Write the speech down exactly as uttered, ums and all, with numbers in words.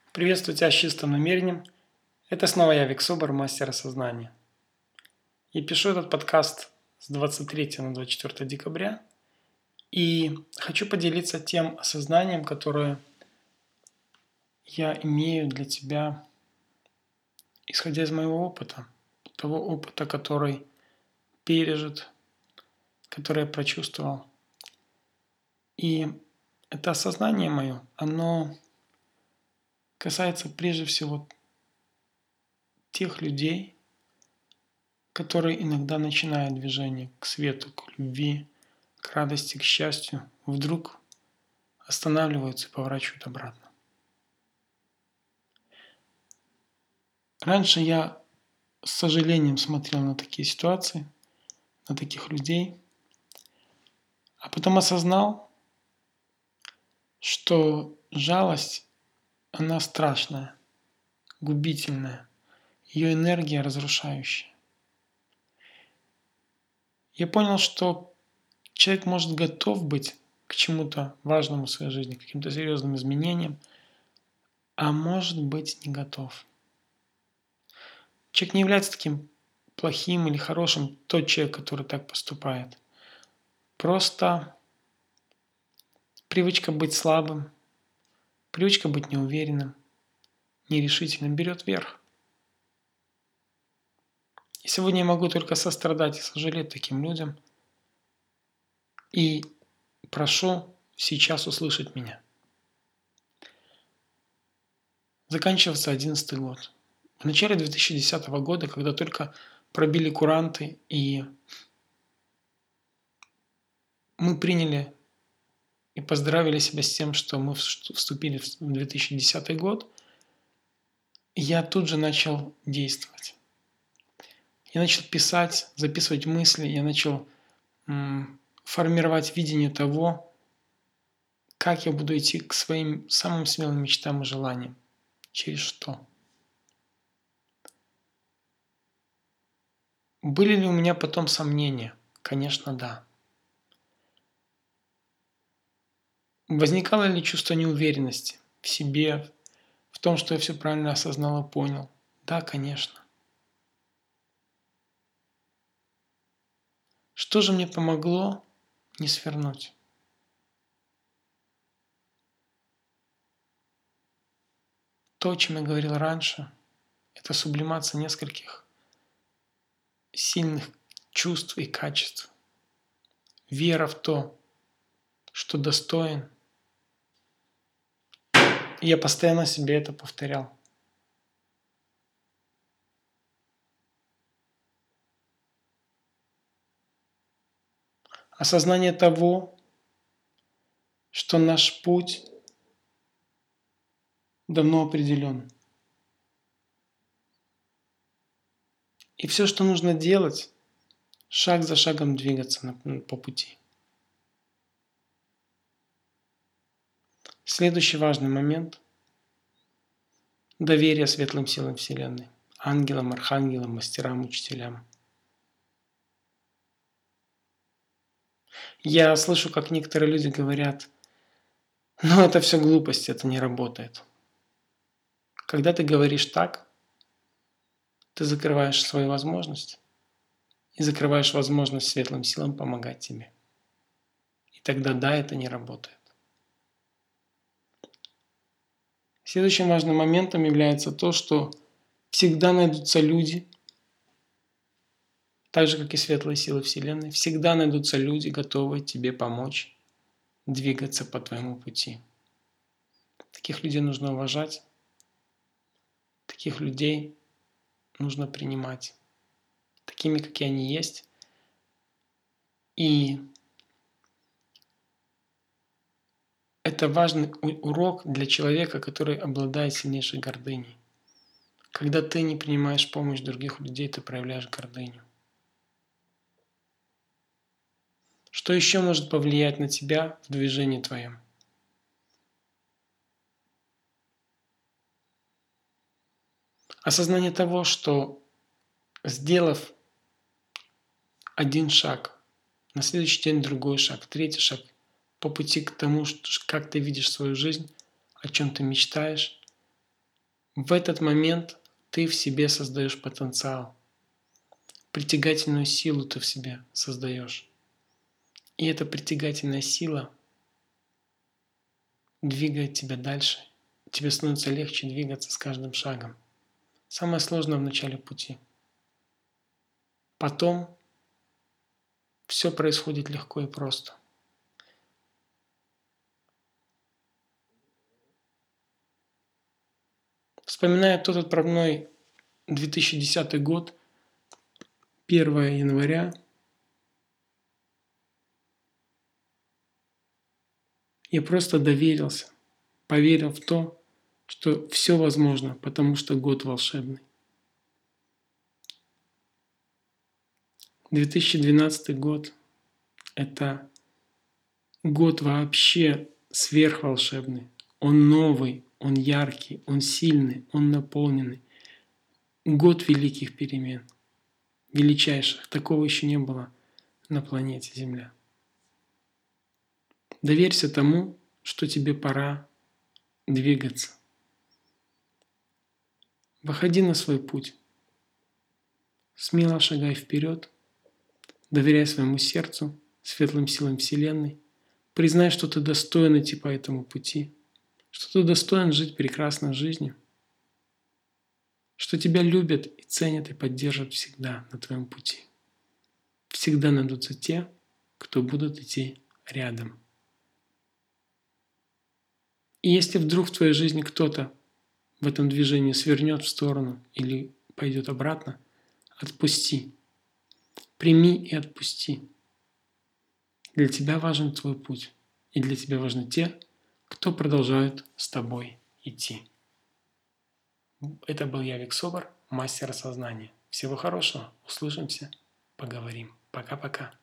Приветствую тебя с чистым намерением. Это снова я, Виксобор, мастер осознания. И пишу этот подкаст с двадцать третьего на двадцать четвёртое декабря. И хочу поделиться тем осознанием, которое я имею для тебя, исходя из моего опыта. Того опыта, который пережит, который я прочувствовал. И это осознание мое, оно касается прежде всего тех людей, которые иногда начинают движение к свету, к любви, к радости, к счастью, вдруг останавливаются и поворачивают обратно. Раньше я с сожалением смотрел на такие ситуации, на таких людей, а потом осознал, что жалость, она страшная, губительная, ее энергия разрушающая. Я понял, что человек может готов быть к чему-то важному в своей жизни, к каким-то серьезным изменениям, а может быть не готов. Человек не является таким плохим или хорошим, тот человек, который так поступает. Просто привычка быть слабым, привычка быть неуверенным, нерешительным берет верх. И сегодня я могу только сострадать и сожалеть таким людям. И прошу сейчас услышать меня. Заканчивается одиннадцатый год. В начале две тысячи десятого года, когда только пробили куранты, и мы приняли и поздравили себя с тем, что мы вступили в две тысячи десятый год, я тут же начал действовать. Я начал писать, записывать мысли, я начал м, формировать видение того, как я буду идти к своим самым смелым мечтам и желаниям. Через что? Были ли у меня потом сомнения? Конечно, да. Возникало ли чувство неуверенности в себе, в том, что я все правильно осознал и понял? Да, конечно. Что же мне помогло не свернуть? То, о чем я говорил раньше, это сублимация нескольких сильных чувств и качеств. Вера в то, что достоин. И я постоянно себе это повторял. Осознание того, что наш путь давно определен. И все, что нужно делать, шаг за шагом двигаться по пути. Следующий важный момент – доверие светлым силам Вселенной, ангелам, архангелам, мастерам, учителям. Я слышу, как некоторые люди говорят, ну это все глупости, это не работает. Когда ты говоришь так, ты закрываешь свою возможность и закрываешь возможность светлым силам помогать тебе. И тогда да, это не работает. Следующим важным моментом является то, что всегда найдутся люди, так же, как и светлые силы Вселенной, всегда найдутся люди, готовые тебе помочь двигаться по твоему пути. Таких людей нужно уважать, таких людей нужно принимать, такими, какие они есть. И это важный урок для человека, который обладает сильнейшей гордыней. Когда ты не принимаешь помощь других людей, ты проявляешь гордыню. Что еще может повлиять на тебя в движении твоем? Осознание того, что сделав один шаг, на следующий день другой шаг, третий шаг, по пути к тому, как ты видишь свою жизнь, о чем ты мечтаешь, В этот момент ты в себе создаешь потенциал. Притягательную силу ты в себе создаешь. И эта притягательная сила двигает тебя дальше. Тебе становится легче двигаться с каждым шагом. Самое сложное в начале пути. Потом все происходит легко и просто. Вспоминая тот отправной две тысячи десятый год, первое января, я просто доверился, поверил в то, что все возможно, потому что год волшебный. две тысячи двенадцатый год – это год вообще сверхволшебный. Он новый, он яркий, он сильный, он наполненный. Год великих перемен, величайших. Такого еще не было на планете Земля. Доверься тому, что тебе пора двигаться. Выходи на свой путь. Смело шагай вперед. Доверяй своему сердцу, светлым силам Вселенной. Признай, что ты достоин идти по этому пути, что ты достоин жить прекрасной жизнью, что тебя любят и ценят и поддержат всегда на твоем пути. Всегда найдутся те, кто будут идти рядом. И если вдруг в твоей жизни кто-то в этом движении свернет в сторону или пойдет обратно, отпусти. Прими и отпусти. Для тебя важен твой путь, и для тебя важны те, кто продолжают с тобой идти. Это был я, Вик Собор, мастер осознания. Всего хорошего, услышимся, поговорим. Пока-пока.